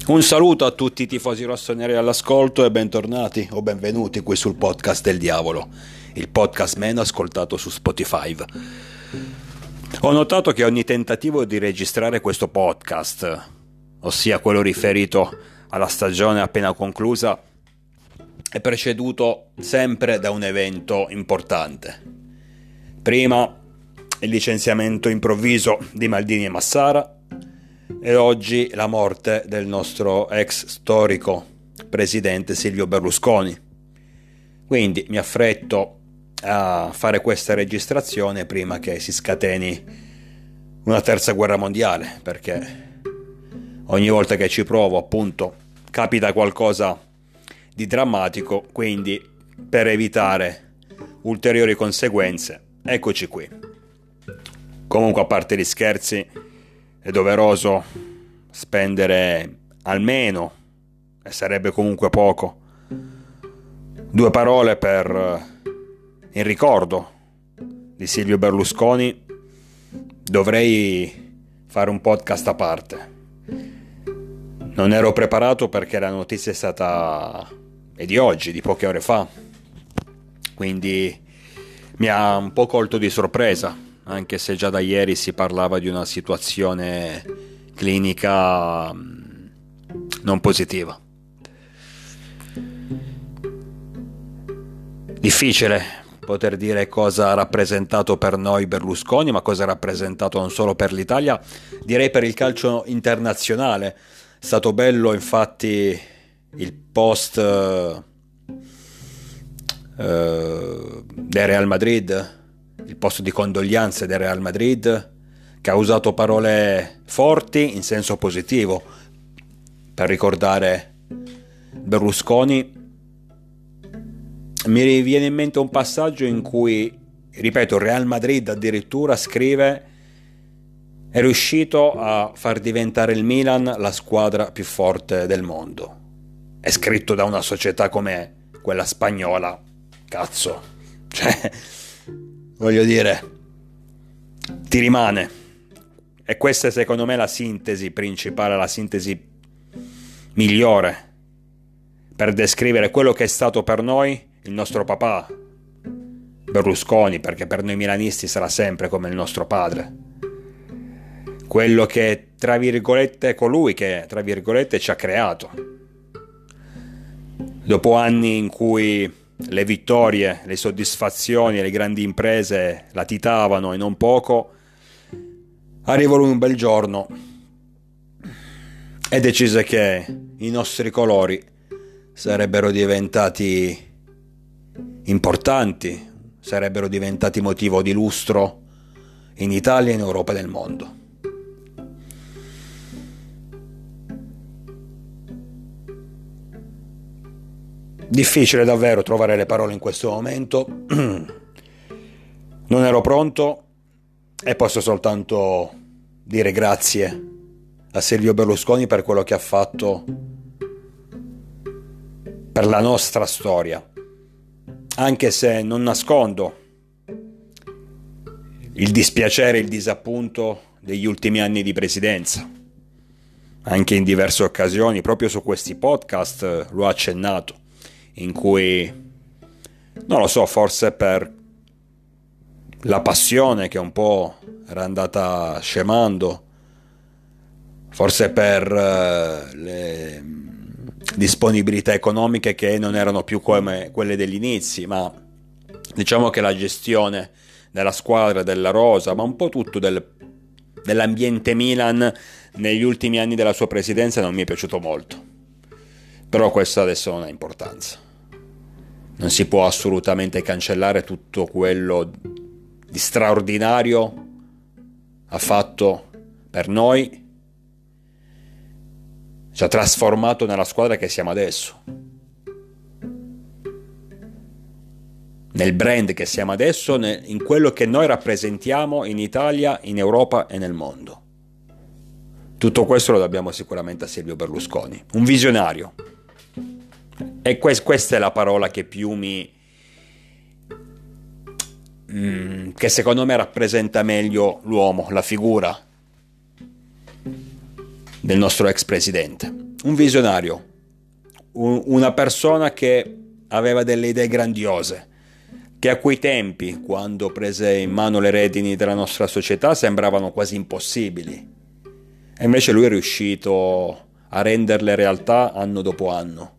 Un saluto a tutti i tifosi rossoneri all'ascolto e bentornati o benvenuti qui sul podcast del diavolo, il podcast meno ascoltato su Spotify. Ho notato che ogni tentativo di registrare questo podcast, ossia quello riferito alla stagione appena conclusa, è preceduto sempre da un evento importante. Prima il licenziamento improvviso di Maldini e Massara, e oggi la morte del nostro ex storico presidente Silvio Berlusconi. Quindi mi affretto a fare questa registrazione prima che si scateni una terza guerra mondiale, perché ogni volta che ci provo, appunto, capita qualcosa di drammatico, quindi per evitare ulteriori conseguenze, eccoci qui. Comunque, a parte gli scherzi, è doveroso spendere almeno, e sarebbe comunque poco, 2 parole in ricordo di Silvio Berlusconi. Dovrei fare un podcast a parte. Non ero preparato perché la notizia è di oggi, di poche ore fa, quindi mi ha un po' colto di sorpresa, anche se già da ieri si parlava di una situazione clinica non positiva. Difficile poter dire cosa ha rappresentato per noi Berlusconi, ma cosa ha rappresentato non solo per l'Italia, direi per il calcio internazionale. È stato bello infatti il post del Real Madrid, il post di condoglianze del Real Madrid, che ha usato parole forti in senso positivo per ricordare Berlusconi. Mi viene in mente un passaggio in cui, ripeto, il Real Madrid addirittura scrive: è riuscito a far diventare il Milan la squadra più forte del mondo. È scritto da una società come quella spagnola, cazzo, cioè, voglio dire, ti rimane. E questa è secondo me la sintesi principale, la sintesi migliore per descrivere quello che è stato per noi il nostro papà Berlusconi, perché per noi milanisti sarà sempre come il nostro padre, quello che, tra virgolette, colui che, tra virgolette, ci ha creato. Dopo anni in cui le vittorie, le soddisfazioni e le grandi imprese latitavano e non poco, arrivò lui un bel giorno e decise che i nostri colori sarebbero diventati importanti, sarebbero diventati motivo di lustro in Italia, in Europa e nel mondo. Difficile davvero trovare le parole in questo momento. Non ero pronto e posso soltanto dire grazie a Silvio Berlusconi per quello che ha fatto per la nostra storia, anche se non nascondo il dispiacere e il disappunto degli ultimi anni di presidenza. Anche in diverse occasioni, proprio su questi podcast, l'ho accennato, in cui, non lo so, forse per la passione che un po' era andata scemando, forse per le disponibilità economiche che non erano più come quelle degli inizi, ma diciamo che la gestione della squadra, della rosa, ma un po' tutto dell'ambiente Milan negli ultimi anni della sua presidenza non mi è piaciuto molto. Però questo adesso non ha importanza. Non si può assolutamente cancellare tutto quello di straordinario ha fatto per noi, ci ha trasformato nella squadra che siamo adesso, nel brand che siamo adesso, in quello che noi rappresentiamo in Italia, in Europa e nel mondo. Tutto questo lo dobbiamo sicuramente a Silvio Berlusconi, un visionario. E questa è la parola che più che secondo me rappresenta meglio l'uomo, la figura del nostro ex presidente. un visionario, una persona che aveva delle idee grandiose, che a quei tempi, quando prese in mano le redini della nostra società, sembravano quasi impossibili. E invece lui è riuscito a renderle realtà anno dopo anno.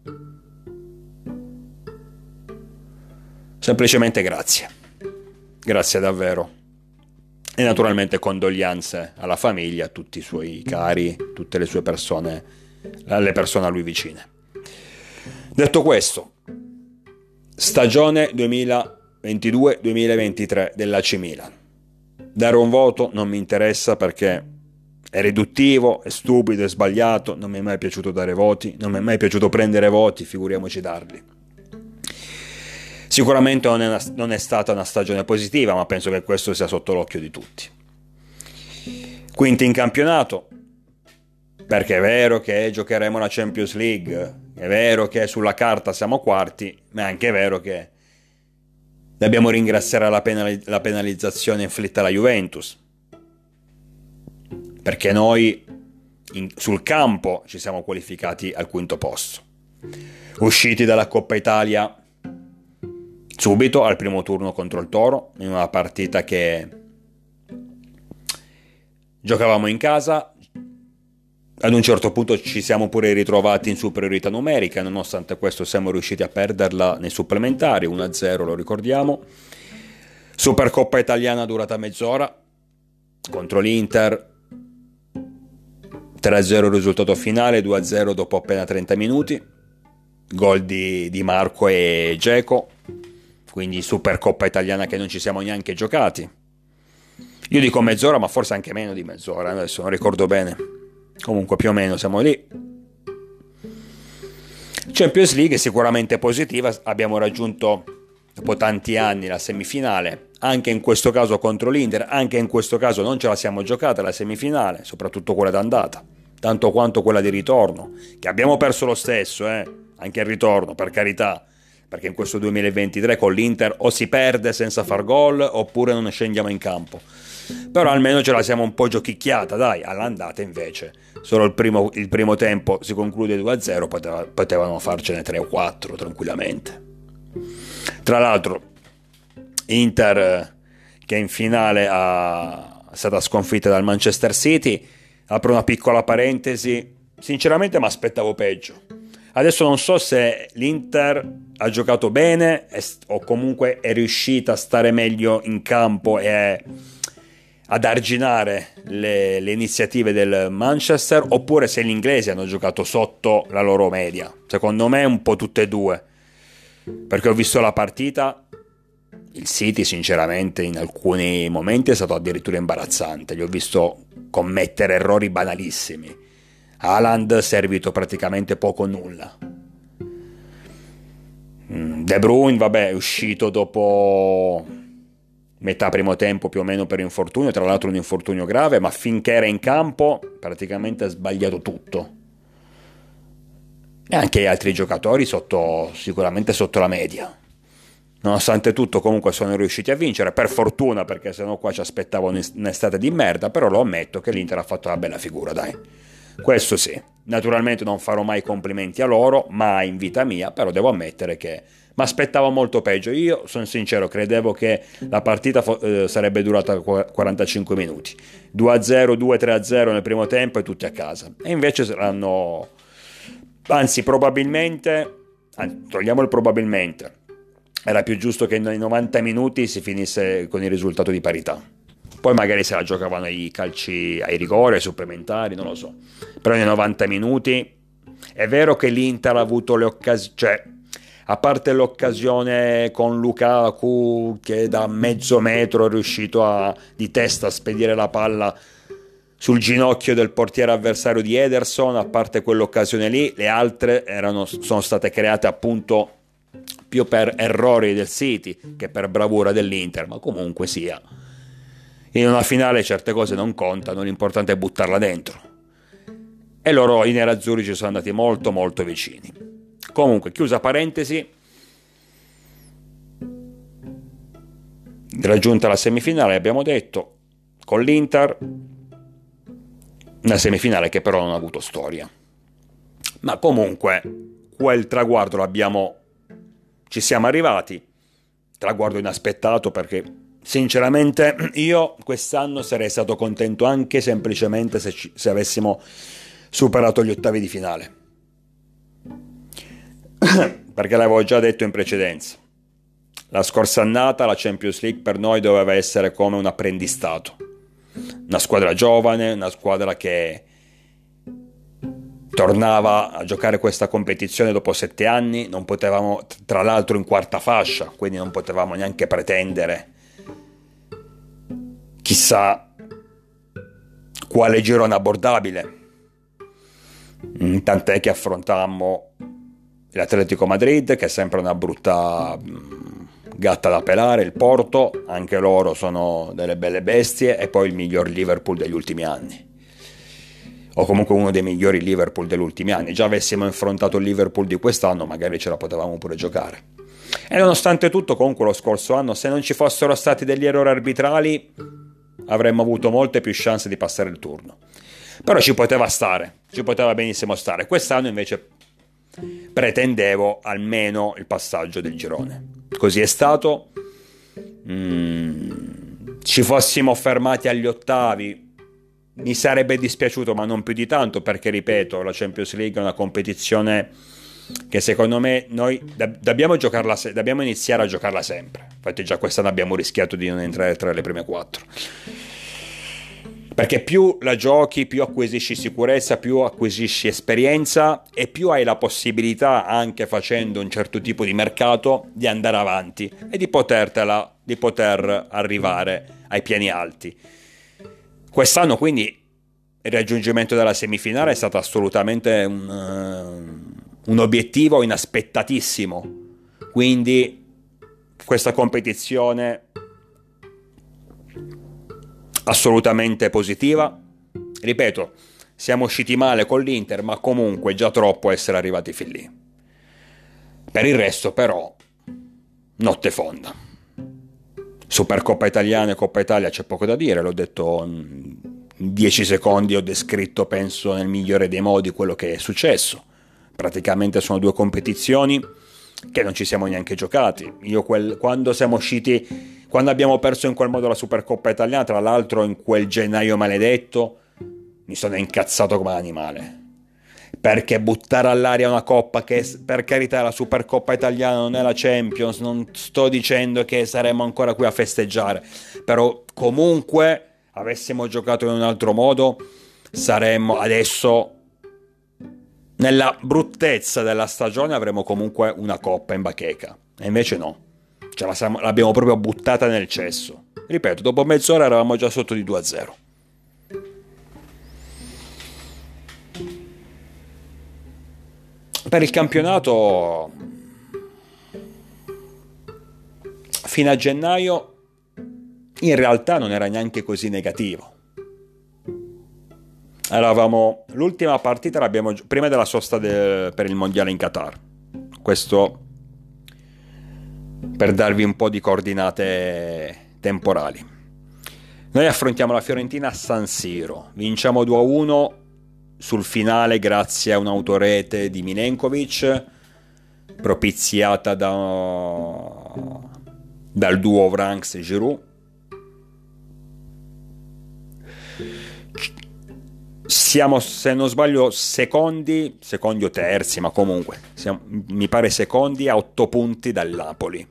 Semplicemente grazie. Grazie davvero. E naturalmente condoglianze alla famiglia, a tutti i suoi cari, tutte le sue persone, le persone a lui vicine. Detto questo, stagione 2022-2023 dell'AC Milan. Dare un voto non mi interessa perché è riduttivo, è stupido, è sbagliato, non mi è mai piaciuto dare voti, non mi è mai piaciuto prendere voti, figuriamoci darli. Sicuramente non è stata una stagione positiva, ma penso che questo sia sotto l'occhio di tutti. Quinti in campionato, perché è vero che giocheremo la Champions League, è vero che sulla carta siamo quarti, ma è anche vero che dobbiamo ringraziare la penalizzazione inflitta alla Juventus, perché noi sul campo ci siamo qualificati al quinto posto. Usciti dalla Coppa Italia subito al primo turno contro il Toro, in una partita che giocavamo in casa. Ad un certo punto ci siamo pure ritrovati in superiorità numerica, nonostante questo siamo riusciti a perderla nei supplementari, 1-0 lo ricordiamo. Supercoppa italiana durata mezz'ora contro l'Inter, 3-0 il risultato finale, 2-0 dopo appena 30 minuti, gol di Marco e Dzeko, quindi Supercoppa italiana che non ci siamo neanche giocati. Io dico mezz'ora, ma forse anche meno di mezz'ora, adesso non ricordo bene. Comunque più o meno siamo lì. Champions League è sicuramente positiva, abbiamo raggiunto dopo tanti anni la semifinale, anche in questo caso contro l'Inter, anche in questo caso non ce la siamo giocata la semifinale, soprattutto quella d'andata, tanto quanto quella di ritorno, che abbiamo perso lo stesso, anche il ritorno, per carità, perché in questo 2023 con l'Inter o si perde senza far gol oppure non scendiamo in campo. Però almeno ce la siamo un po' giochicchiata, dai. All'andata invece solo il primo tempo si conclude 2-0, potevano farcene 3 o 4 tranquillamente. Tra l'altro Inter, che in finale è stata sconfitta dal Manchester City, apro una piccola parentesi, sinceramente mi aspettavo peggio. Adesso non so se l'Inter ha giocato bene o comunque è riuscita a stare meglio in campo e ad arginare le iniziative del Manchester, oppure se gli inglesi hanno giocato sotto la loro media. Secondo me un po' tutte e due, perché ho visto la partita, il City sinceramente in alcuni momenti è stato addirittura imbarazzante, gli ho visto commettere errori banalissimi. Haaland servito praticamente poco o nulla. De Bruyne, vabbè, è uscito dopo metà primo tempo più o meno per infortunio, tra l'altro un infortunio grave, ma finché era in campo praticamente ha sbagliato tutto. E anche gli altri giocatori sicuramente sotto la media. Nonostante tutto comunque sono riusciti a vincere, per fortuna, perché sennò qua ci aspettavo un'estate di merda, però lo ammetto che l'Inter ha fatto una bella figura, dai. Questo sì, naturalmente non farò mai complimenti a loro, mai in vita mia, però devo ammettere che mi aspettavo molto peggio. Io sono sincero, credevo che la partita sarebbe durata 45 minuti, 2-0, 2-3-0 nel primo tempo e tutti a casa, e invece saranno, anzi probabilmente, togliamo il probabilmente, era più giusto che nei 90 minuti si finisse con il risultato di parità. Poi magari se la giocavano ai calci, ai rigori, ai supplementari, non lo so. Però nei 90 minuti è vero che l'Inter ha avuto le occasioni, cioè a parte l'occasione con Lukaku che da mezzo metro è riuscito di testa a spedire la palla sul ginocchio del portiere avversario di Ederson, a parte quell'occasione lì, le altre sono state create appunto più per errori del City che per bravura dell'Inter, ma comunque sia. In una finale certe cose non contano, l'importante è buttarla dentro. E loro, i nerazzurri, ci sono andati molto molto vicini. Comunque, chiusa parentesi, raggiunta la semifinale, abbiamo detto, con l'Inter, una semifinale che però non ha avuto storia. Ma comunque quel traguardo ci siamo arrivati, traguardo inaspettato, perché sinceramente io quest'anno sarei stato contento anche semplicemente se avessimo superato gli ottavi di finale. Perché l'avevo già detto in precedenza, la scorsa annata la Champions League per noi doveva essere come un apprendistato, una squadra giovane, una squadra che tornava a giocare questa competizione dopo 7 anni, non potevamo, tra l'altro in quarta fascia, quindi non potevamo neanche pretendere chissà quale girone abbordabile, tant'è che affrontammo l'Atletico Madrid, che è sempre una brutta gatta da pelare, il Porto, anche loro sono delle belle bestie, e poi il miglior Liverpool degli ultimi anni, o comunque uno dei migliori Liverpool degli ultimi anni. Già avessimo affrontato il Liverpool di quest'anno, magari ce la potevamo pure giocare. E nonostante tutto, comunque lo scorso anno, se non ci fossero stati degli errori arbitrali, avremmo avuto molte più chance di passare il turno. Però ci poteva benissimo stare. Quest'anno invece pretendevo almeno il passaggio del girone. Così è stato. Ci fossimo fermati agli ottavi, mi sarebbe dispiaciuto, ma non più di tanto, perché ripeto, la Champions League è una competizione che secondo me noi dobbiamo iniziare a giocarla sempre. Infatti già quest'anno abbiamo rischiato di non entrare tra le prime 4, perché più la giochi, più acquisisci sicurezza, più acquisisci esperienza, e più hai la possibilità, anche facendo un certo tipo di mercato, di andare avanti e di poter arrivare ai piani alti. Quest'anno quindi il raggiungimento della semifinale è stato assolutamente un obiettivo inaspettatissimo, quindi questa competizione assolutamente positiva. Ripeto, siamo usciti male con l'Inter, ma comunque già troppo essere arrivati fin lì. Per il resto però notte fonda. Supercoppa Italiana e Coppa Italia c'è poco da dire, l'ho detto in 10 secondi, ho descritto penso nel migliore dei modi quello che è successo. Praticamente sono 2 competizioni che non ci siamo neanche giocati. Quando abbiamo perso in quel modo la Supercoppa Italiana, tra l'altro in quel gennaio maledetto, mi sono incazzato come un animale, perché buttare all'aria una coppa che, per carità, la Supercoppa Italiana non è la Champions, non sto dicendo che saremmo ancora qui a festeggiare, però comunque avessimo giocato in un altro modo saremmo adesso, nella bruttezza della stagione, avremmo comunque una coppa in bacheca, e invece no, l'abbiamo proprio buttata nel cesso. Ripeto, dopo mezz'ora eravamo già sotto di 2-0. Per il campionato, fino a gennaio, in realtà non era neanche così negativo. L'ultima partita l'abbiamo prima della sosta per il mondiale in Qatar. Questo per darvi un po' di coordinate temporali. Noi affrontiamo la Fiorentina a San Siro, vinciamo 2-1 sul finale grazie a un'autorete di Milenkovic, propiziata dal duo Vranks e Giroud. Siamo, se non sbaglio, secondi o terzi, ma comunque mi pare secondi, a 8 punti dal Napoli.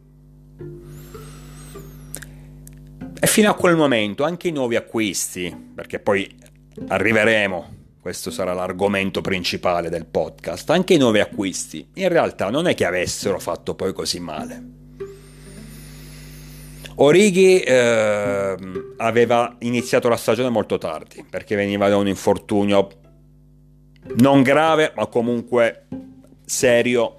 E fino a quel momento anche i nuovi acquisti, perché poi arriveremo, questo sarà l'argomento principale del podcast, anche i nuovi acquisti in realtà non è che avessero fatto poi così male. Origi aveva iniziato la stagione molto tardi, perché veniva da un infortunio non grave ma comunque serio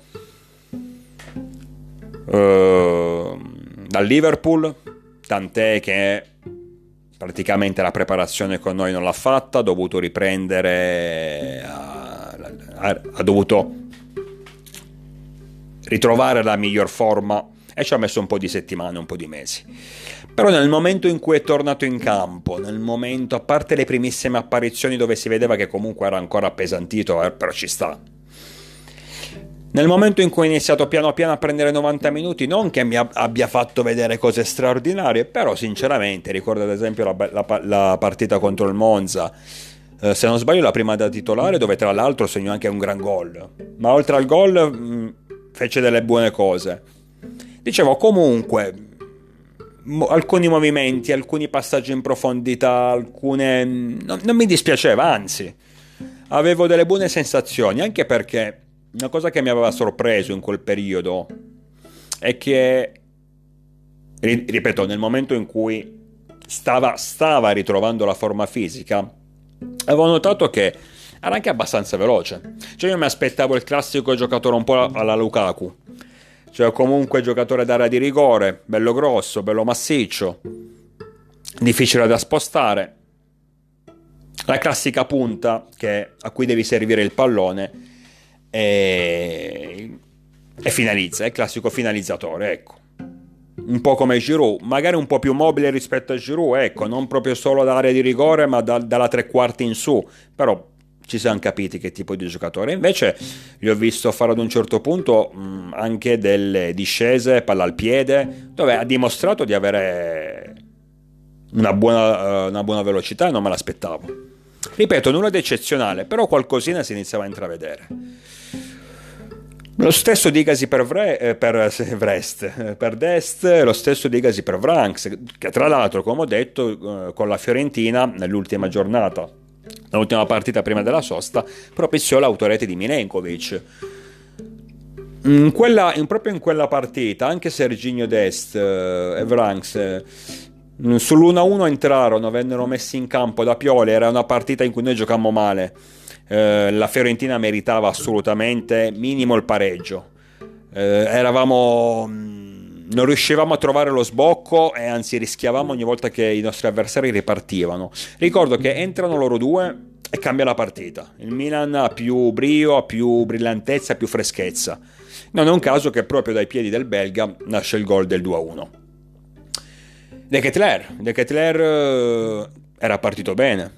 dal Liverpool, tant'è che praticamente la preparazione con noi non l'ha fatta, ha dovuto riprendere, ha dovuto ritrovare la miglior forma, e ci ha messo un po' di settimane, un po' di mesi. Però nel momento in cui è tornato in campo, nel momento, a parte le primissime apparizioni dove si vedeva che comunque era ancora appesantito, però ci sta. Nel momento in cui ha iniziato piano piano a prendere 90 minuti, non che mi abbia fatto vedere cose straordinarie, però sinceramente ricordo ad esempio la partita contro il Monza, se non sbaglio la prima da titolare, dove tra l'altro segnò anche un gran gol, ma oltre al gol fece delle buone cose. Dicevo, comunque alcuni movimenti, alcuni passaggi in profondità, alcune non mi dispiaceva, anzi avevo delle buone sensazioni, anche perché una cosa che mi aveva sorpreso in quel periodo è che, ripeto, nel momento in cui stava ritrovando la forma fisica, avevo notato che era anche abbastanza veloce. Cioè io mi aspettavo il classico giocatore un po' alla Lukaku, cioè comunque giocatore d'area di rigore, bello grosso, bello massiccio, difficile da spostare, la classica punta a cui devi servire il pallone e finalizza, è il classico finalizzatore, ecco. Un po' come Giroud, magari un po' più mobile rispetto a Giroud, ecco, non proprio solo dall'area di rigore, ma dalla tre quarti in su, però ci siamo capiti che tipo di giocatore. Invece gli ho visto fare ad un certo punto anche delle discese, palla al piede, dove ha dimostrato di avere una buona velocità e non me l'aspettavo. Ripeto, nulla di eccezionale, però qualcosina si iniziava a intravedere. Lo stesso dicasi per Vrest, per Dest, lo stesso dicasi per Vranks, che tra l'altro, come ho detto, con la Fiorentina nell'ultima giornata, l'ultima partita prima della sosta, propiziò l'autorete di Milenkovic. Proprio in quella partita, anche Serginho Dest e Vranks sull'1-1 entrarono, vennero messi in campo da Pioli. Era una partita in cui noi giocammo male. La Fiorentina meritava assolutamente minimo il pareggio. Non riuscivamo a trovare lo sbocco e anzi rischiavamo ogni volta che i nostri avversari ripartivano. Ricordo che entrano loro due e cambia la partita. Il Milan ha più brio, ha più brillantezza, ha più freschezza. Non è un caso che proprio dai piedi del belga nasce il gol del 2-1. De Ketelaere era partito bene.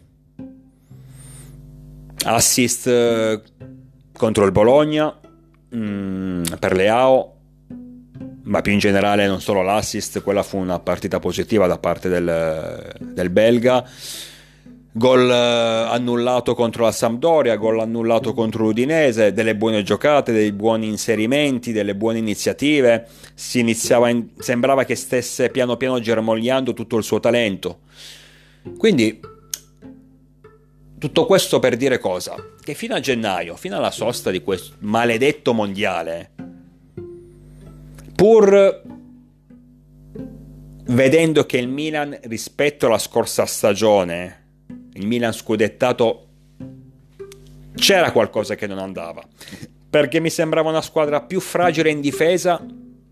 Assist contro il Bologna per Leao, ma più in generale non solo l'assist, quella fu una partita positiva da parte del belga. Gol annullato contro la Sampdoria, gol annullato contro l'Udinese, delle buone giocate, dei buoni inserimenti, delle buone iniziative. Sembrava che stesse piano piano germogliando tutto il suo talento. Quindi tutto questo per dire cosa? Che fino a gennaio, fino alla sosta di questo maledetto mondiale, pur vedendo che il Milan rispetto alla scorsa stagione, il Milan scudettato, c'era qualcosa che non andava, perché mi sembrava una squadra più fragile in difesa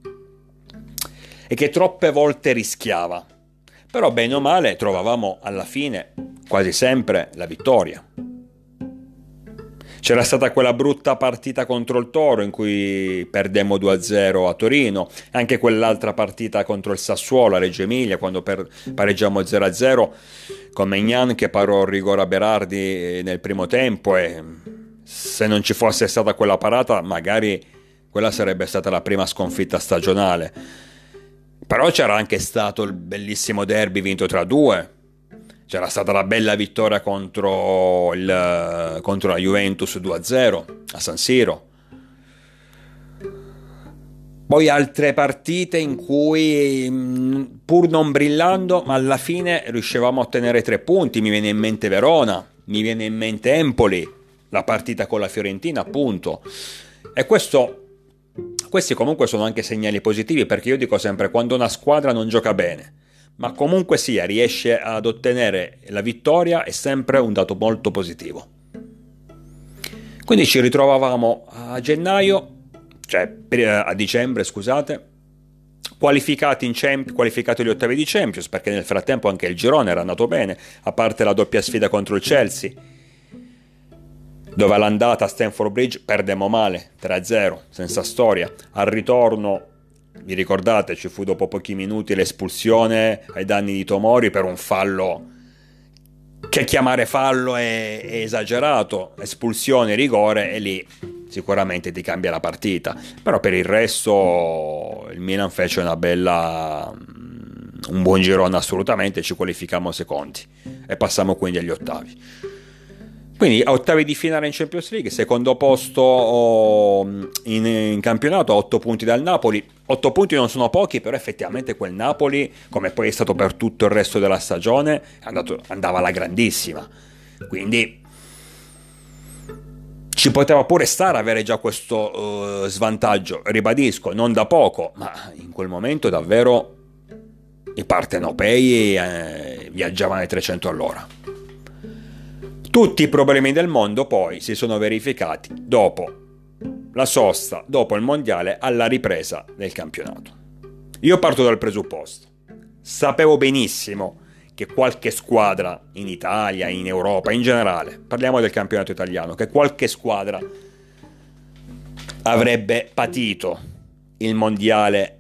e che troppe volte rischiava. Però bene o male trovavamo alla fine quasi sempre la vittoria. C'era stata quella brutta partita contro il Toro in cui perdemmo 2-0 a Torino, anche quell'altra partita contro il Sassuolo a Reggio Emilia quando pareggiammo 0-0 con Maignan che parò il rigore a Berardi nel primo tempo, e se non ci fosse stata quella parata magari quella sarebbe stata la prima sconfitta stagionale. Però c'era anche stato il bellissimo derby vinto 3-2. C'era stata la bella vittoria contro la Juventus 2-0 a San Siro. Poi altre partite in cui, pur non brillando, ma alla fine riuscivamo a ottenere 3 punti. Mi viene in mente Verona, mi viene in mente Empoli, la partita con la Fiorentina, appunto. E questi comunque sono anche segnali positivi, perché io dico sempre, quando una squadra non gioca bene, ma comunque sia riesce ad ottenere la vittoria, è sempre un dato molto positivo. Quindi ci ritrovavamo a dicembre, scusate, qualificati agli ottavi di Champions, perché nel frattempo anche il girone era andato bene, a parte la doppia sfida contro il Chelsea, dove all'andata a Stamford Bridge perdemmo male 3-0, senza storia. Al ritorno Vi ricordate, ci fu dopo pochi minuti l'espulsione ai danni di Tomori per un fallo che chiamare fallo è esagerato, espulsione, rigore, e lì sicuramente ti cambia la partita. Però per il resto il Milan fece un buon girone assolutamente, ci qualificammo secondi e passammo quindi agli ottavi. Quindi ottavi di finale in Champions League, secondo posto in campionato, 8 punti dal Napoli. 8 punti non sono pochi, però effettivamente quel Napoli, come poi è stato per tutto il resto della stagione, andava alla grandissima. Quindi ci poteva pure stare avere già questo svantaggio, ribadisco, non da poco, ma in quel momento davvero i partenopei viaggiavano ai 300 all'ora. Tutti i problemi del mondo poi si sono verificati dopo la sosta, dopo il mondiale, alla ripresa del campionato. Io parto dal presupposto: sapevo benissimo che qualche squadra in Italia, in Europa, in generale, parliamo del campionato italiano, che qualche squadra avrebbe patito il mondiale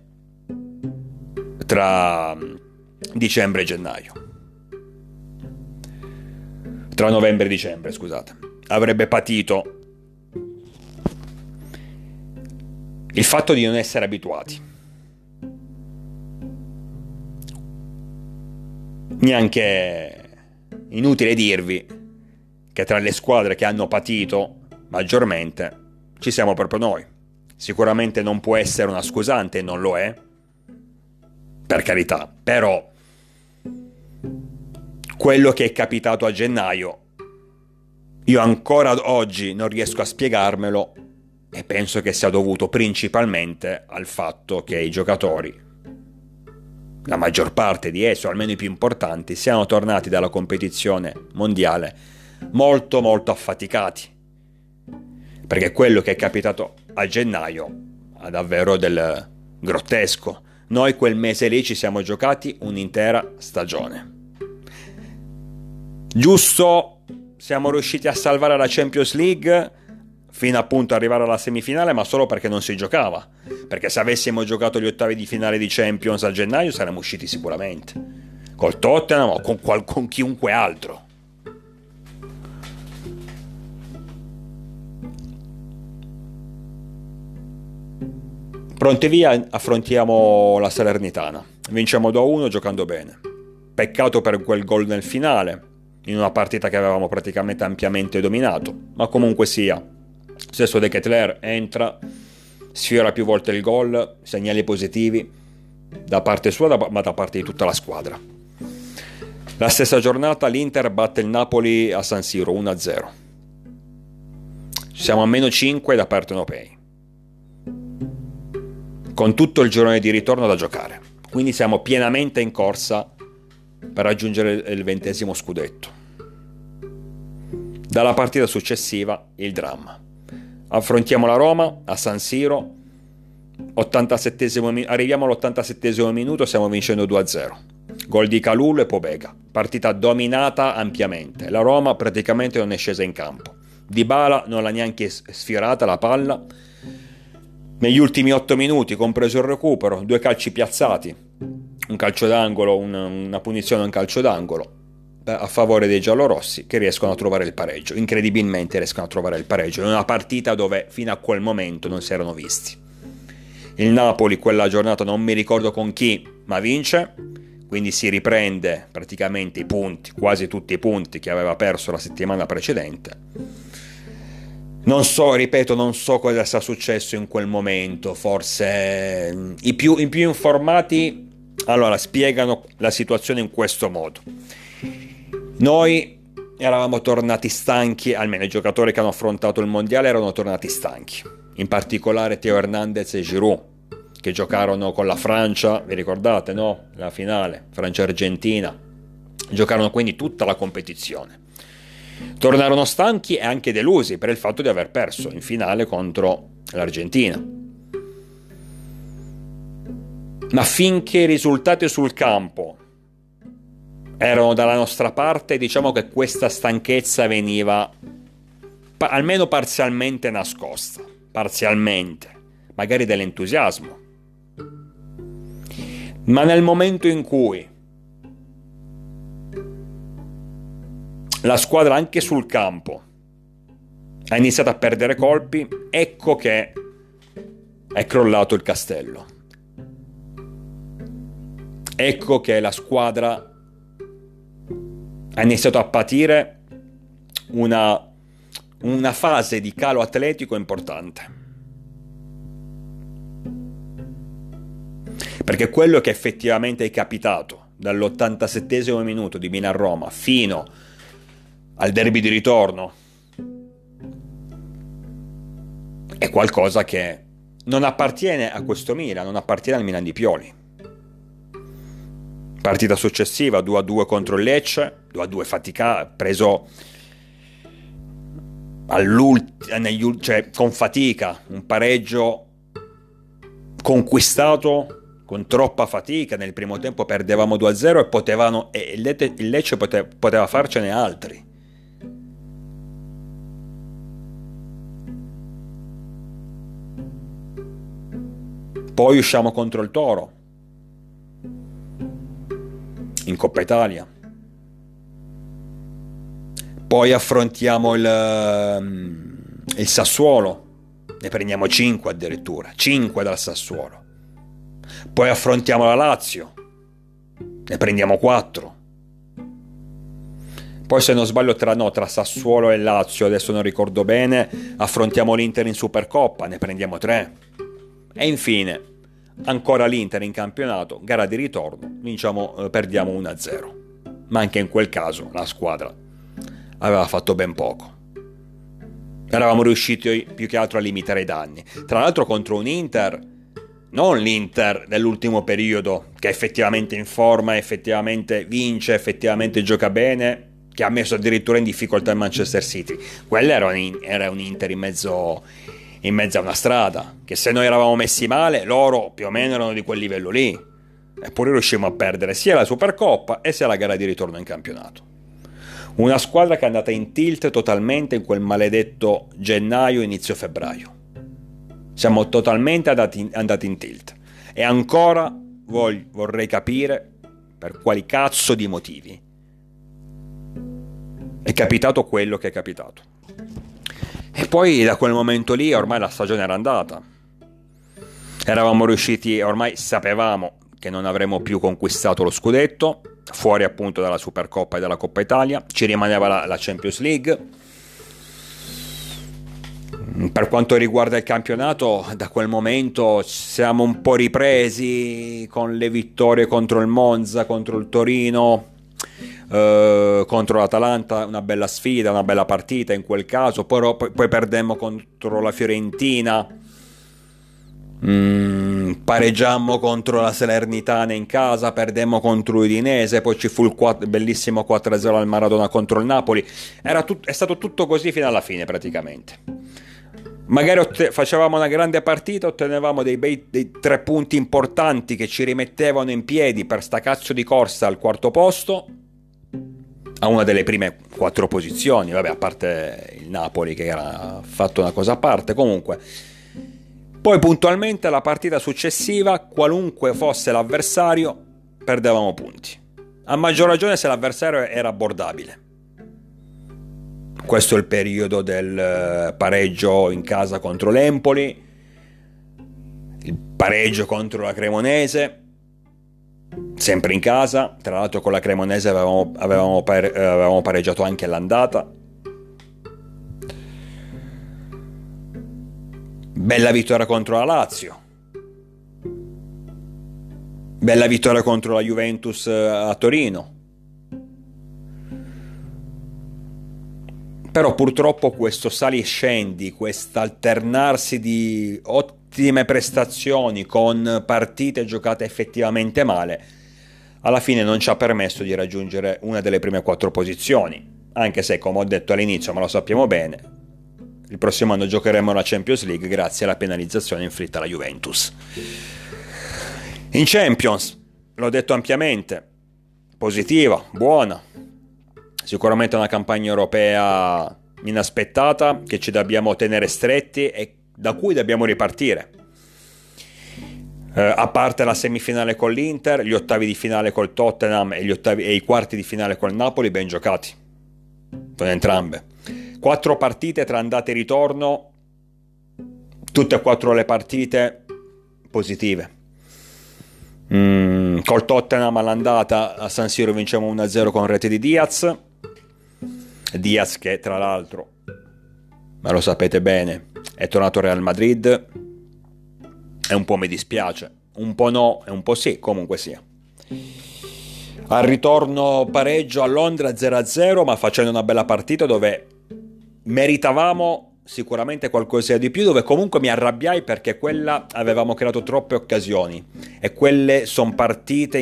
tra dicembre e gennaio. Tra novembre e dicembre, scusate. Avrebbe patito il fatto di non essere abituati. Neanche inutile dirvi che tra le squadre che hanno patito maggiormente ci siamo proprio noi. Sicuramente non può essere una scusante, non lo è, per carità, però quello che è capitato a gennaio io ancora oggi non riesco a spiegarmelo, e penso che sia dovuto principalmente al fatto che i giocatori, la maggior parte di essi, o almeno i più importanti, siano tornati dalla competizione mondiale molto affaticati, perché quello che è capitato a gennaio ha davvero del grottesco. Noi quel mese lì ci siamo giocati un'intera stagione. Giusto, siamo riusciti a salvare la Champions League fino appunto ad arrivare alla semifinale, ma solo perché non si giocava. Perché se avessimo giocato gli ottavi di finale di Champions a gennaio saremmo usciti sicuramente. Col Tottenham o con chiunque altro. Pronti via, affrontiamo la Salernitana. Vinciamo 2-1 giocando bene. Peccato per quel gol nel finale, in una partita che avevamo praticamente ampiamente dominato, ma comunque sia, stesso De Ketelaere entra, sfiora più volte il gol, segnali positivi da parte sua ma da parte di tutta la squadra. La stessa giornata l'Inter batte il Napoli a San Siro 1-0. Siamo a meno 5 da partenopei, con tutto il girone di ritorno da giocare, quindi siamo pienamente in corsa per raggiungere il 20° scudetto. Dalla partita successiva il dramma. Affrontiamo la Roma a San Siro, arriviamo all'87° minuto, stiamo vincendo 2-0. Gol di Kalulu e Pobega. Partita dominata ampiamente. La Roma praticamente non è scesa in campo. Dybala non l'ha neanche sfiorata la palla. Negli ultimi 8 minuti, compreso il recupero, 2 calci piazzati, un calcio d'angolo, una punizione, un calcio d'angolo a favore dei giallorossi, che riescono a trovare il pareggio. Incredibilmente riescono a trovare il pareggio in una partita dove fino a quel momento non si erano visti. Il Napoli quella giornata non mi ricordo con chi, ma vince, quindi si riprende praticamente i punti, quasi tutti i punti che aveva perso la settimana precedente. Non so cosa sia successo in quel momento. Forse i più informati allora spiegano la situazione in questo modo. Noi eravamo tornati stanchi, almeno i giocatori che hanno affrontato il mondiale erano tornati stanchi, in particolare Theo Hernandez e Giroud, che giocarono con la Francia, vi ricordate, no? La finale Francia-Argentina, giocarono quindi tutta la competizione. Tornarono stanchi e anche delusi per il fatto di aver perso in finale contro l'Argentina. Ma finché i risultati sul campo erano dalla nostra parte, diciamo che questa stanchezza veniva almeno parzialmente nascosta, parzialmente, magari dell'entusiasmo Ma nel momento in cui la squadra anche sul campo ha iniziato a perdere colpi, ecco che è crollato il castello. Ecco che la squadra ha iniziato a patire una fase di calo atletico importante. Perché quello che effettivamente è capitato dall'87esimo minuto di Milan-Roma fino al derby di ritorno è qualcosa che non appartiene a questo Milan, non appartiene al Milan di Pioli. Partita successiva 2-2 contro il Lecce, 2-2 preso con fatica, un pareggio conquistato con troppa fatica. Nel primo tempo perdevamo 2-0 e il Lecce poteva farcene altri. Poi usciamo contro il Toro in Coppa Italia. Poi affrontiamo il Sassuolo, ne prendiamo 5 addirittura, 5 dal Sassuolo. Poi affrontiamo la Lazio, ne prendiamo 4. Poi, se non sbaglio, tra Sassuolo e Lazio, adesso non ricordo bene, affrontiamo l'Inter in Supercoppa, ne prendiamo 3. E infine ancora l'Inter in campionato, gara di ritorno, perdiamo 1-0. Ma anche in quel caso la squadra aveva fatto ben poco. Eravamo riusciti più che altro a limitare i danni. Tra l'altro contro un Inter, non l'Inter dell'ultimo periodo, che è effettivamente in forma, effettivamente vince, effettivamente gioca bene, che ha messo addirittura in difficoltà il Manchester City. Quello era un Inter in mezzo a una strada, che se noi eravamo messi male, loro più o meno erano di quel livello lì. Eppure riuscimmo a perdere sia la Supercoppa e sia la gara di ritorno in campionato. Una squadra che è andata in tilt totalmente in quel maledetto gennaio, inizio febbraio. Siamo totalmente andati in tilt. E ancora vorrei capire per quali cazzo di motivi è capitato quello che è capitato. E poi da quel momento lì ormai la stagione era andata. Eravamo riusciti, ormai sapevamo che non avremmo più conquistato lo scudetto, fuori appunto dalla Supercoppa e dalla Coppa Italia. Ci rimaneva la Champions League. Per quanto riguarda il campionato, da quel momento siamo un po' ripresi con le vittorie contro il Monza, contro il Torino, contro l'Atalanta, una bella sfida, una bella partita in quel caso. Poi perdemmo contro la Fiorentina, pareggiammo contro la Salernitana in casa, perdemmo contro l'Udinese, poi ci fu il bellissimo 4-0 al Maradona contro il Napoli. È stato tutto così fino alla fine praticamente. Magari facevamo una grande partita, ottenevamo dei 3 punti importanti che ci rimettevano in piedi per sta cazzo di corsa al quarto posto, a una delle prime 4 posizioni, vabbè, a parte il Napoli che era fatto una cosa a parte. Comunque poi puntualmente la partita successiva, qualunque fosse l'avversario, perdevamo punti, a maggior ragione se l'avversario era abbordabile. Questo è il periodo del pareggio in casa contro l'Empoli, il pareggio contro la Cremonese, sempre in casa. Tra l'altro con la Cremonese avevamo pareggiato anche l'andata. Bella vittoria contro la Lazio, bella vittoria contro la Juventus a Torino. Però purtroppo questo sali e scendi, quest'alternarsi di ottime prestazioni con partite giocate effettivamente male, alla fine non ci ha permesso di raggiungere una delle prime 4 posizioni, anche se, come ho detto all'inizio, ma lo sappiamo bene, il prossimo anno giocheremo la Champions League grazie alla penalizzazione inflitta alla Juventus. In Champions, l'ho detto ampiamente, positiva, buona. Sicuramente una campagna europea inaspettata che ci dobbiamo tenere stretti e da cui dobbiamo ripartire. A parte la semifinale con l'Inter, gli ottavi di finale col Tottenham e i quarti di finale col Napoli ben giocati, con entrambe. 4 partite tra andata e ritorno, tutte e 4 le partite positive. Col Tottenham all'andata a San Siro vinciamo 1-0 con rete di Diaz che tra l'altro, ma lo sapete bene, è tornato al Real Madrid, e un po' mi dispiace, un po' no e un po' sì, comunque sia. Al ritorno pareggio a Londra 0-0, ma facendo una bella partita dove meritavamo sicuramente qualcosa di più, dove comunque mi arrabbiai perché quella avevamo creato troppe occasioni e quelle sono partite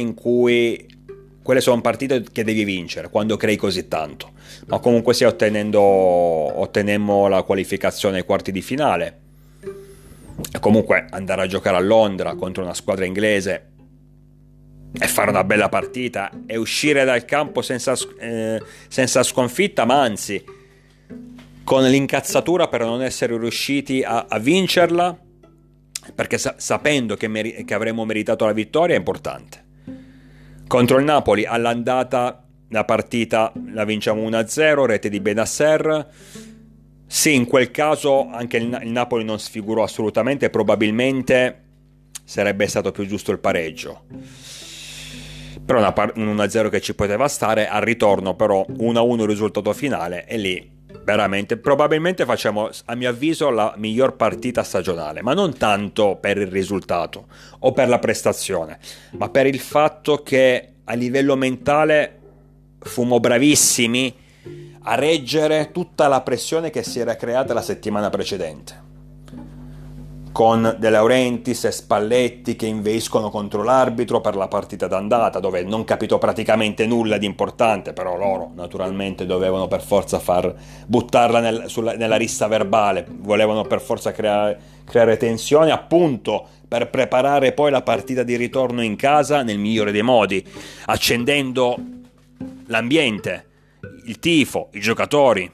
che devi vincere quando crei così tanto, ma comunque sia ottenemmo la qualificazione ai quarti di finale e comunque andare a giocare a Londra contro una squadra inglese e fare una bella partita e uscire dal campo senza sconfitta, ma anzi con l'incazzatura per non essere riusciti a vincerla, perché sapendo che avremmo meritato la vittoria è importante. Contro il Napoli all'andata la partita la vinciamo 1-0, rete di Benasser. Sì, in quel caso anche il Napoli non sfigurò assolutamente e probabilmente sarebbe stato più giusto il pareggio. Però un 1-0 che ci poteva stare. Al ritorno però 1-1 il risultato finale e lì veramente probabilmente facciamo, a mio avviso, la miglior partita stagionale, ma non tanto per il risultato o per la prestazione, ma per il fatto che a livello mentale fummo bravissimi a reggere tutta la pressione che si era creata la settimana precedente, con De Laurentiis e Spalletti che invescono contro l'arbitro per la partita d'andata, dove non capitò praticamente nulla di importante, però loro naturalmente dovevano per forza buttarla nella rissa verbale, volevano per forza creare tensione, appunto per preparare poi la partita di ritorno in casa nel migliore dei modi, accendendo l'ambiente, il tifo, i giocatori.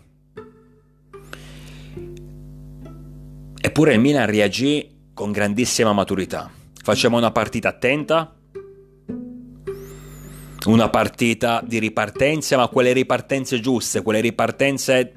Eppure il Milan reagì con grandissima maturità. Facciamo una partita attenta, una partita di ripartenza, ma quelle ripartenze giuste, quelle ripartenze,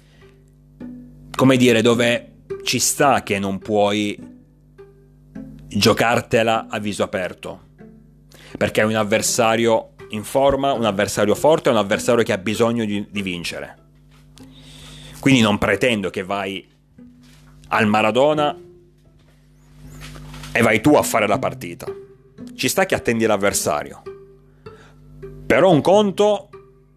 come dire, dove ci sta che non puoi giocartela a viso aperto, perché è un avversario in forma, un avversario forte, un avversario che ha bisogno di vincere. Quindi non pretendo che vai al Maradona e vai tu a fare la partita. Ci sta che attendi l'avversario, però un conto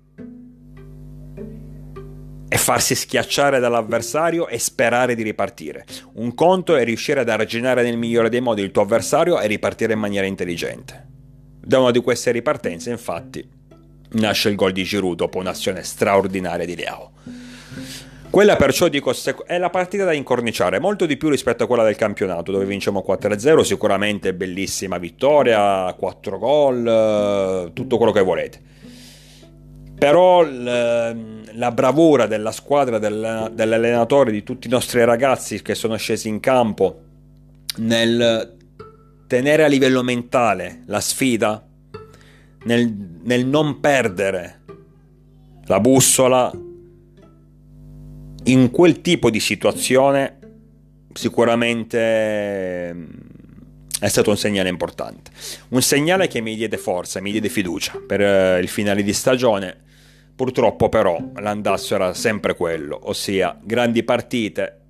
è farsi schiacciare dall'avversario e sperare di ripartire, un conto è riuscire ad arginare nel migliore dei modi il tuo avversario e ripartire in maniera intelligente. Da una di queste ripartenze infatti nasce il gol di Giroud dopo un'azione straordinaria di Leao. Quella perciò dico è la partita da incorniciare, molto di più rispetto a quella del campionato dove vinciamo 4-0, sicuramente bellissima vittoria, 4 gol, tutto quello che volete. Però la bravura della squadra, dell'allenatore, di tutti i nostri ragazzi che sono scesi in campo nel tenere a livello mentale la sfida, nel non perdere la bussola in quel tipo di situazione, sicuramente è stato un segnale importante, un segnale che mi diede forza, mi diede fiducia per il finale di stagione. Purtroppo però l'andazzo era sempre quello, ossia grandi partite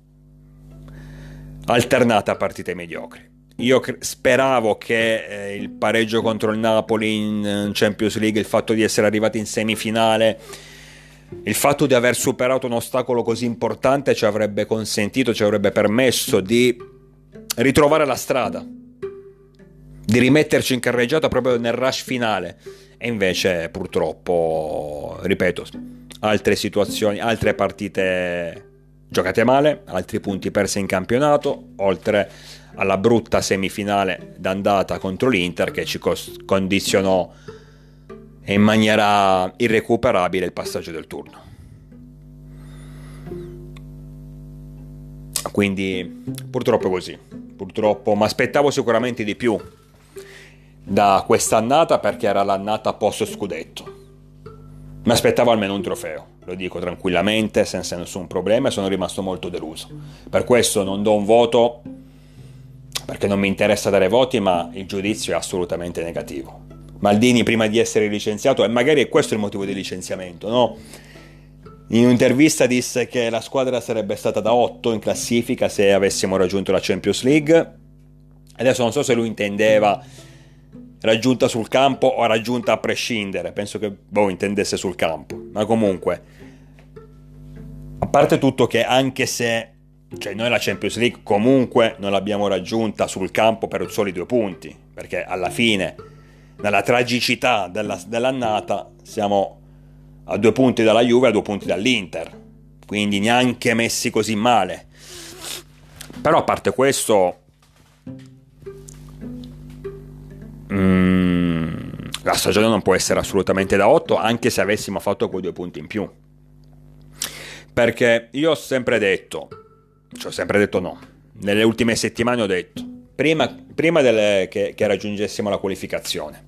alternate a partite mediocri. Io speravo che il pareggio contro il Napoli in Champions League, il fatto di essere arrivati in semifinale, il fatto di aver superato un ostacolo così importante ci avrebbe consentito, ci avrebbe permesso di ritrovare la strada, di rimetterci in carreggiata proprio nel rush finale. E invece purtroppo, ripeto, altre situazioni, altre partite giocate male, altri punti persi in campionato, oltre alla brutta semifinale d'andata contro l'Inter che ci condizionò in maniera irrecuperabile il passaggio del turno. Quindi purtroppo purtroppo, mi aspettavo sicuramente di più da quest'annata, perché era l'annata post scudetto. Mi aspettavo almeno un trofeo, lo dico tranquillamente, senza nessun problema, e sono rimasto molto deluso. Per questo non do un voto, perché non mi interessa dare voti, ma il giudizio è assolutamente negativo. Maldini, prima di essere licenziato, e magari è questo il motivo del licenziamento, no? In un'intervista disse che la squadra sarebbe stata da 8 in classifica se avessimo raggiunto la Champions League. Adesso non so se lui intendeva raggiunta sul campo o raggiunta a prescindere, penso che intendesse sul campo, ma comunque, a parte tutto, che anche se noi la Champions League comunque non l'abbiamo raggiunta sul campo per soli 2 punti, perché alla fine, nella tragicità dell'annata, siamo a 2 punti dalla Juve, a 2 punti dall'Inter, quindi neanche messi così male. Però a parte questo, la stagione non può essere assolutamente da 8, anche se avessimo fatto quei 2 punti in più, perché io ho sempre detto no, nelle ultime settimane ho detto, prima che raggiungessimo la qualificazione,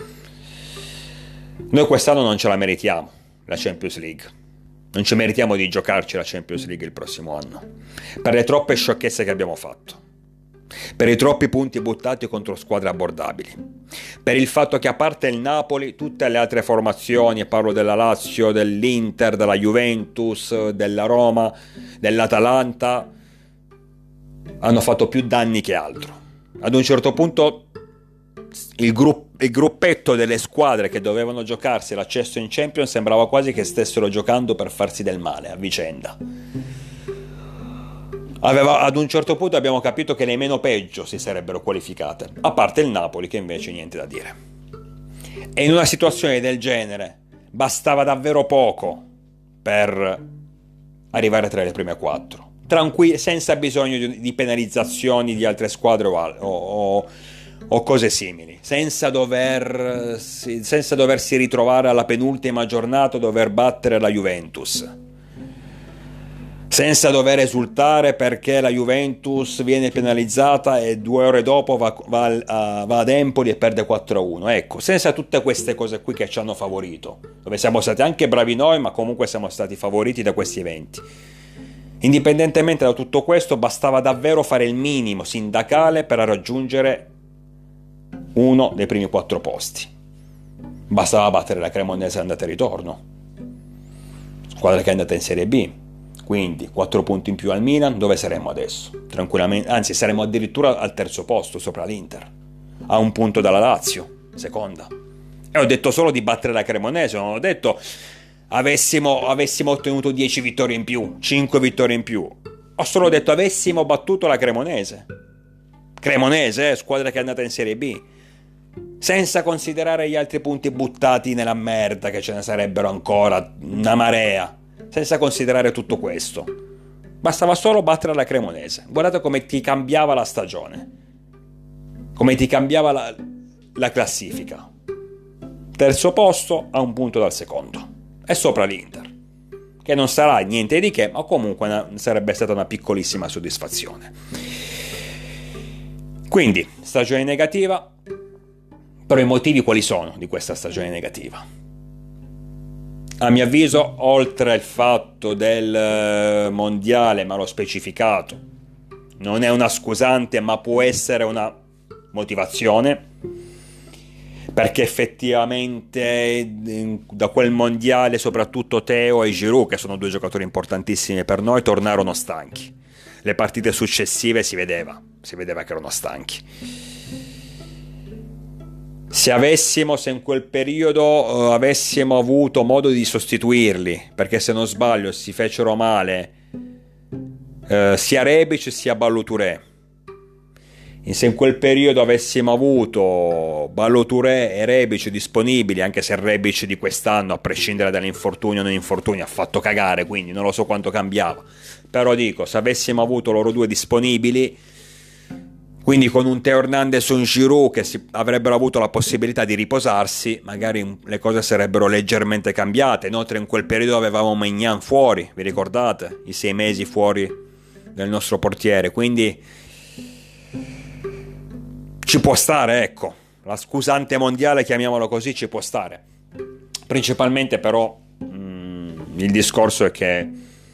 noi quest'anno non ce la meritiamo la Champions League, non ci meritiamo di giocarci la Champions League il prossimo anno, per le troppe sciocchezze che abbiamo fatto, per i troppi punti buttati contro squadre abbordabili, per il fatto che, a parte il Napoli, tutte le altre formazioni, parlo della Lazio, dell'Inter, della Juventus, della Roma, dell'Atalanta, hanno fatto più danni che altro. Ad un certo punto il gruppetto delle squadre che dovevano giocarsi l'accesso in Champions sembrava quasi che stessero giocando per farsi del male a vicenda. Ad un certo punto abbiamo capito che le meno peggio si sarebbero qualificate, a parte il Napoli, che invece niente da dire. E in una situazione del genere bastava davvero poco per arrivare tra le prime 4, senza bisogno di penalizzazioni di altre squadre o cose simili, senza doversi ritrovare alla penultima giornata a dover battere la Juventus, senza dover esultare perché la Juventus viene penalizzata e 2 ore dopo va ad Empoli e perde 4-1. Ecco, senza tutte queste cose qui che ci hanno favorito, dove siamo stati anche bravi noi, ma comunque siamo stati favoriti da questi eventi. Indipendentemente da tutto questo, bastava davvero fare il minimo sindacale per raggiungere uno dei primi 4 posti. Bastava battere la Cremonese andata e ritorno, squadra che è andata in Serie B. Quindi 4 punti in più al Milan, dove saremmo adesso? Tranquillamente, anzi saremmo addirittura al 3° posto, sopra l'Inter, a 1 punto dalla Lazio, seconda. E ho detto solo di battere la Cremonese, non ho detto avessimo ottenuto 10 vittorie in più, 5 vittorie in più. Ho solo detto avessimo battuto la Cremonese, squadra che è andata in Serie B, senza considerare gli altri punti buttati nella merda, che ce ne sarebbero ancora una marea. Senza considerare tutto questo, bastava solo battere la Cremonese. Guardate come ti cambiava la stagione, come ti cambiava la classifica. 3° posto a 1 punto dal secondo, e sopra l'Inter, che non sarà niente di che, ma comunque sarebbe stata una piccolissima soddisfazione. Quindi, stagione negativa. Però i motivi quali sono di questa stagione negativa? A mio avviso, oltre il fatto del mondiale, ma l'ho specificato, non è una scusante, ma può essere una motivazione, perché effettivamente da quel mondiale soprattutto Theo e Giroud, che sono 2 giocatori importantissimi per noi, tornarono stanchi. Le partite successive si vedeva che erano stanchi. Se in quel periodo avessimo avuto modo di sostituirli, perché se non sbaglio si fecero male sia Rebic sia Ballo Touré, se in quel periodo avessimo avuto Ballo Touré e Rebic disponibili, anche se Rebic di quest'anno, a prescindere dall'infortunio o non infortunio, ha fatto cagare, quindi non lo so quanto cambiava, però dico, se avessimo avuto loro 2 disponibili, quindi con un Theo Hernandez o un Giroud che avrebbero avuto la possibilità di riposarsi, magari le cose sarebbero leggermente cambiate. Inoltre in quel periodo avevamo Maignan fuori, vi ricordate? I 6 mesi fuori del nostro portiere, quindi ci può stare, ecco, la scusante mondiale, chiamiamolo così, ci può stare. Principalmente però il discorso è che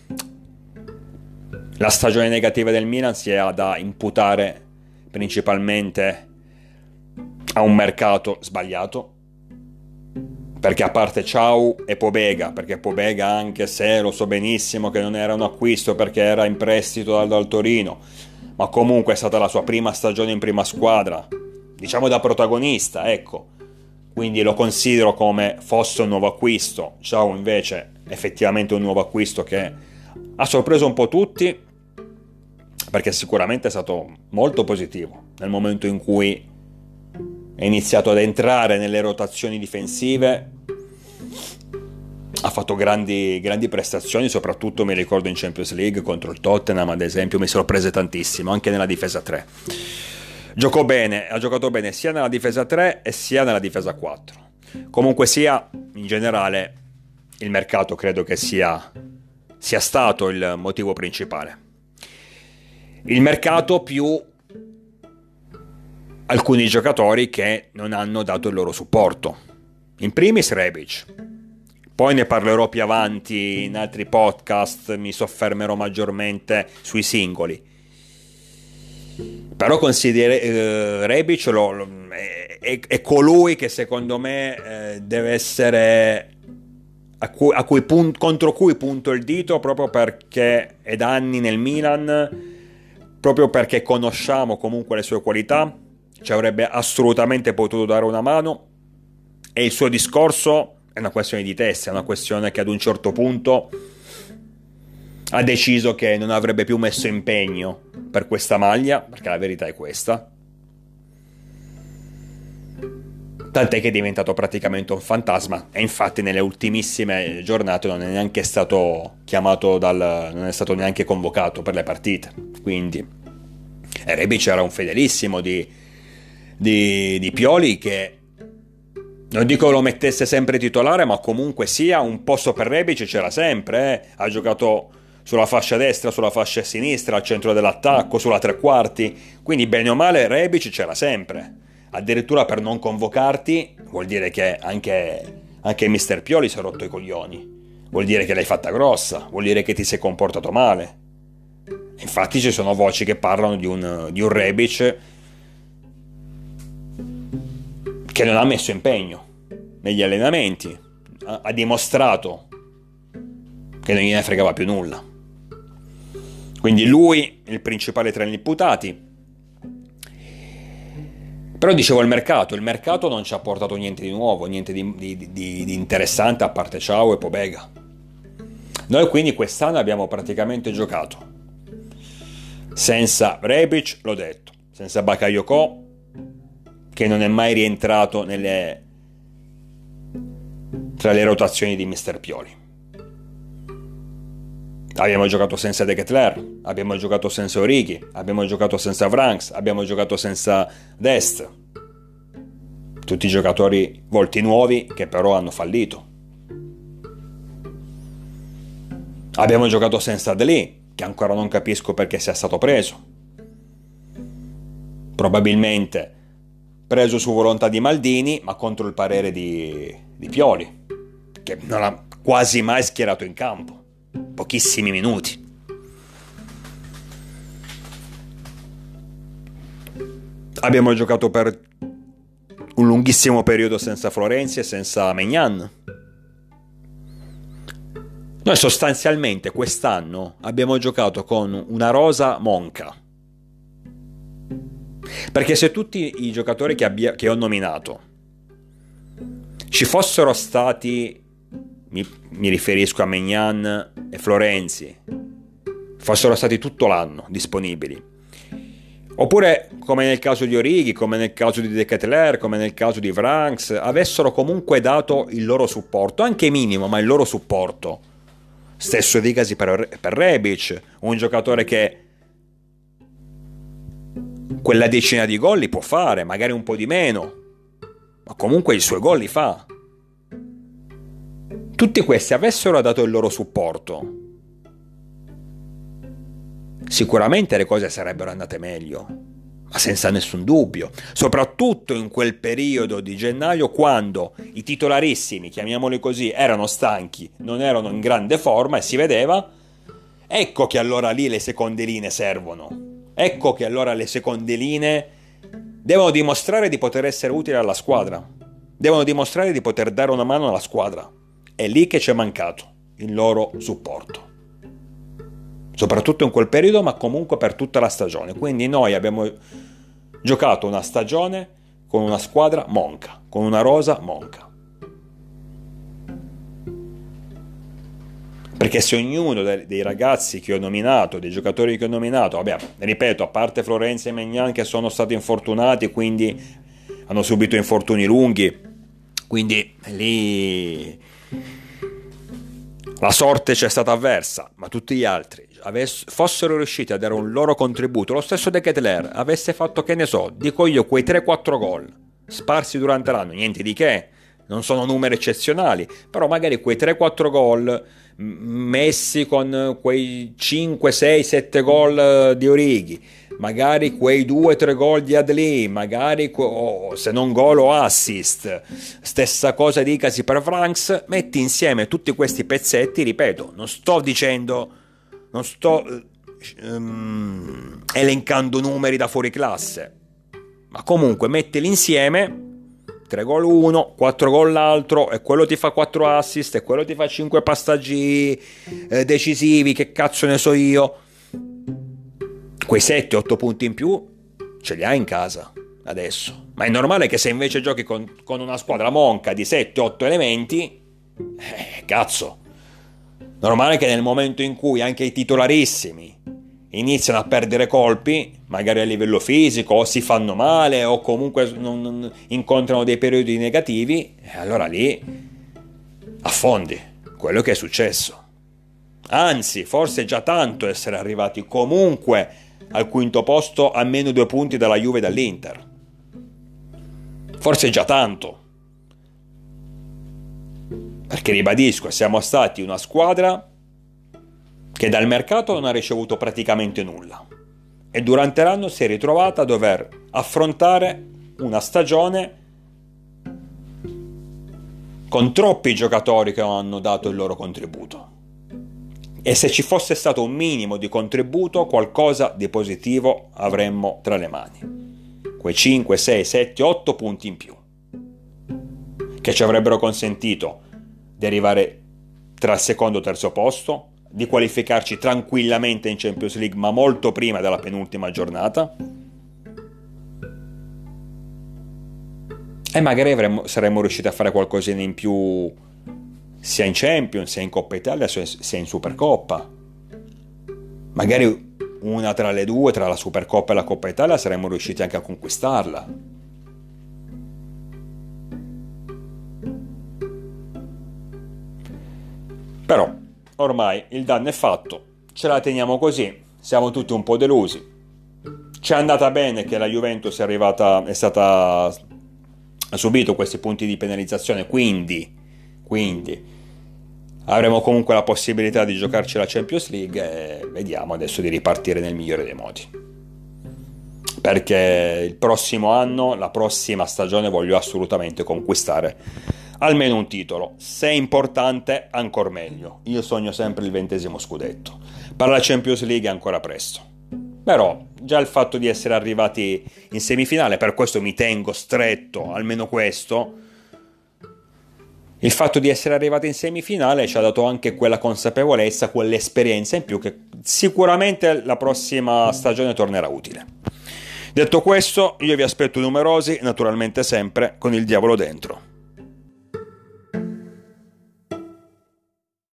la stagione negativa del Milan si è da imputare principalmente a un mercato sbagliato, perché a parte Ciao e Pobega, perché Pobega, anche se lo so benissimo che non era un acquisto perché era in prestito dal Torino, ma comunque è stata la sua prima stagione in prima squadra, diciamo da protagonista, ecco, quindi lo considero come fosse un nuovo acquisto. Ciao invece effettivamente un nuovo acquisto che ha sorpreso un po' tutti, perché sicuramente è stato molto positivo nel momento in cui è iniziato ad entrare nelle rotazioni difensive. Ha fatto grandi prestazioni, soprattutto mi ricordo in Champions League contro il Tottenham, ad esempio, mi sorprese tantissimo, anche nella difesa 3. Giocò bene, ha giocato bene sia nella difesa 3 e sia nella difesa 4. Comunque sia, in generale, il mercato credo che sia stato il motivo principale. Il mercato più alcuni giocatori che non hanno dato il loro supporto. In primis Rebic. Poi ne parlerò più avanti in altri podcast, mi soffermerò maggiormente sui singoli. Però Rebic è colui che secondo me deve essere contro cui punto il dito, proprio perché è da anni nel Milan, proprio perché conosciamo comunque le sue qualità, ci avrebbe assolutamente potuto dare una mano, e il suo discorso è una questione di testa, è una questione che ad un certo punto ha deciso che non avrebbe più messo impegno per questa maglia, perché la verità è questa, tant'è che è diventato praticamente un fantasma, e infatti nelle ultimissime giornate non è neanche stato chiamato non è stato neanche convocato per le partite. Quindi Rebic era un fedelissimo di Pioli, che non dico lo mettesse sempre titolare, ma comunque sia un posto per Rebic c'era sempre. Ha giocato sulla fascia destra, sulla fascia sinistra, al centro dell'attacco, sulla tre quarti, quindi bene o male Rebic c'era sempre. Addirittura per non convocarti vuol dire che anche Mister Pioli si è rotto i coglioni, vuol dire che l'hai fatta grossa, vuol dire che ti sei comportato male. Infatti ci sono voci che parlano di un Rebic che non ha messo impegno negli allenamenti, ha dimostrato che non gliene fregava più nulla. Quindi lui il principale tra gli imputati. Però dicevo, il mercato non ci ha portato niente di nuovo, niente di interessante, a parte Ciao e Pobega. Noi quindi quest'anno abbiamo praticamente giocato senza Rebic, l'ho detto, senza Bakayoko, che non è mai rientrato tra le rotazioni di Mister Pioli. Abbiamo giocato senza De Ketelaere, abbiamo giocato senza Origi, abbiamo giocato senza Vranks, abbiamo giocato senza Dest. Tutti giocatori volti nuovi che però hanno fallito. Abbiamo giocato senza Deli, che ancora non capisco perché sia stato preso. Probabilmente preso su volontà di Maldini, ma contro il parere di Pioli, che non ha quasi mai schierato in campo. Pochissimi minuti. Abbiamo giocato per un lunghissimo periodo senza Florenzi e senza Maignan. Noi sostanzialmente quest'anno abbiamo giocato con una rosa monca, perché se tutti i giocatori che ho nominato ci fossero stati, mi riferisco a Maignan e Florenzi, fossero stati tutto l'anno disponibili, oppure come nel caso di Origi, come nel caso di De Ketelaere, come nel caso di Vranks, avessero comunque dato il loro supporto, anche minimo, ma il loro supporto. Stesso dicasi per Rebic, un giocatore che quella decina di gol li può fare, magari un po' di meno, ma comunque i suoi gol li fa. Tutti questi avessero dato il loro supporto, sicuramente le cose sarebbero andate meglio, ma senza nessun dubbio, soprattutto in quel periodo di gennaio quando i titolarissimi, chiamiamoli così, erano stanchi, non erano in grande forma e si vedeva. Ecco che allora lì le seconde linee servono, ecco che allora le seconde linee devono dimostrare di poter essere utili alla squadra, devono dimostrare di poter dare una mano alla squadra. È lì che ci è mancato il loro supporto, soprattutto in quel periodo, ma comunque per tutta la stagione. Quindi noi abbiamo giocato una stagione con una squadra monca, con una rosa monca. Perché se ognuno dei ragazzi che ho nominato, dei giocatori che ho nominato, vabbè, ripeto, a parte Florenzi e Maignan che sono stati infortunati, quindi hanno subito infortuni lunghi, quindi lì la sorte ci è stata avversa, ma tutti gli altri fossero riusciti a dare un loro contributo, lo stesso De Ketelaere avesse fatto, che ne so, dico io, quei 3-4 gol sparsi durante l'anno, niente di che, non sono numeri eccezionali, però magari quei 3-4 gol messi con quei 5, 6, 7 gol di Origi, magari quei 2-3 gol di Adli, magari se non gol o assist, stessa cosa dicasi per Franks, metti insieme tutti questi pezzetti, ripeto, non sto elencando numeri da fuori classe, ma comunque mettili insieme, 3 gol uno, 4 gol l'altro, e quello ti fa 4 assist, e quello ti fa 5 passaggi decisivi, che cazzo ne so io, quei 7-8 punti in più ce li hai in casa adesso. Ma è normale che se invece giochi con una squadra monca di 7-8 elementi, cazzo, normale che nel momento in cui anche i titolarissimi iniziano a perdere colpi, magari a livello fisico, o si fanno male, o comunque non incontrano dei periodi negativi, allora lì affondi. Quello che è successo. Anzi, forse è già tanto essere arrivati comunque al quinto posto a meno 2 punti dalla Juve e dall'Inter. Forse è già tanto. Perché ribadisco, siamo stati una squadra che dal mercato non ha ricevuto praticamente nulla e durante l'anno si è ritrovata a dover affrontare una stagione con troppi giocatori che non hanno dato il loro contributo. E se ci fosse stato un minimo di contributo, qualcosa di positivo avremmo tra le mani. Quei 5, 6, 7, 8 punti in più che ci avrebbero consentito di arrivare tra il secondo e terzo posto, di qualificarci tranquillamente in Champions League, ma molto prima della penultima giornata, e magari saremmo riusciti a fare qualcosina in più sia in Champions, sia in Coppa Italia, sia in Supercoppa. Magari una tra le due, tra la Supercoppa e la Coppa Italia, saremmo riusciti anche a conquistarla. Però ormai il danno è fatto, ce la teniamo così, siamo tutti un po' delusi. Ci è andata bene che la Juventus ha subito questi punti di penalizzazione, quindi avremo comunque la possibilità di giocarci la Champions League e vediamo adesso di ripartire nel migliore dei modi. Perché il prossimo anno, la prossima stagione, voglio assolutamente conquistare almeno un titolo. Se è importante, ancor meglio. Io sogno sempre il 20° scudetto. Per la Champions League è ancora presto. Però già il fatto di essere arrivati in semifinale, per questo mi tengo stretto, almeno questo, il fatto di essere arrivati in semifinale ci ha dato anche quella consapevolezza, quell'esperienza in più che sicuramente la prossima stagione tornerà utile. Detto questo, io vi aspetto numerosi, naturalmente sempre con il diavolo dentro.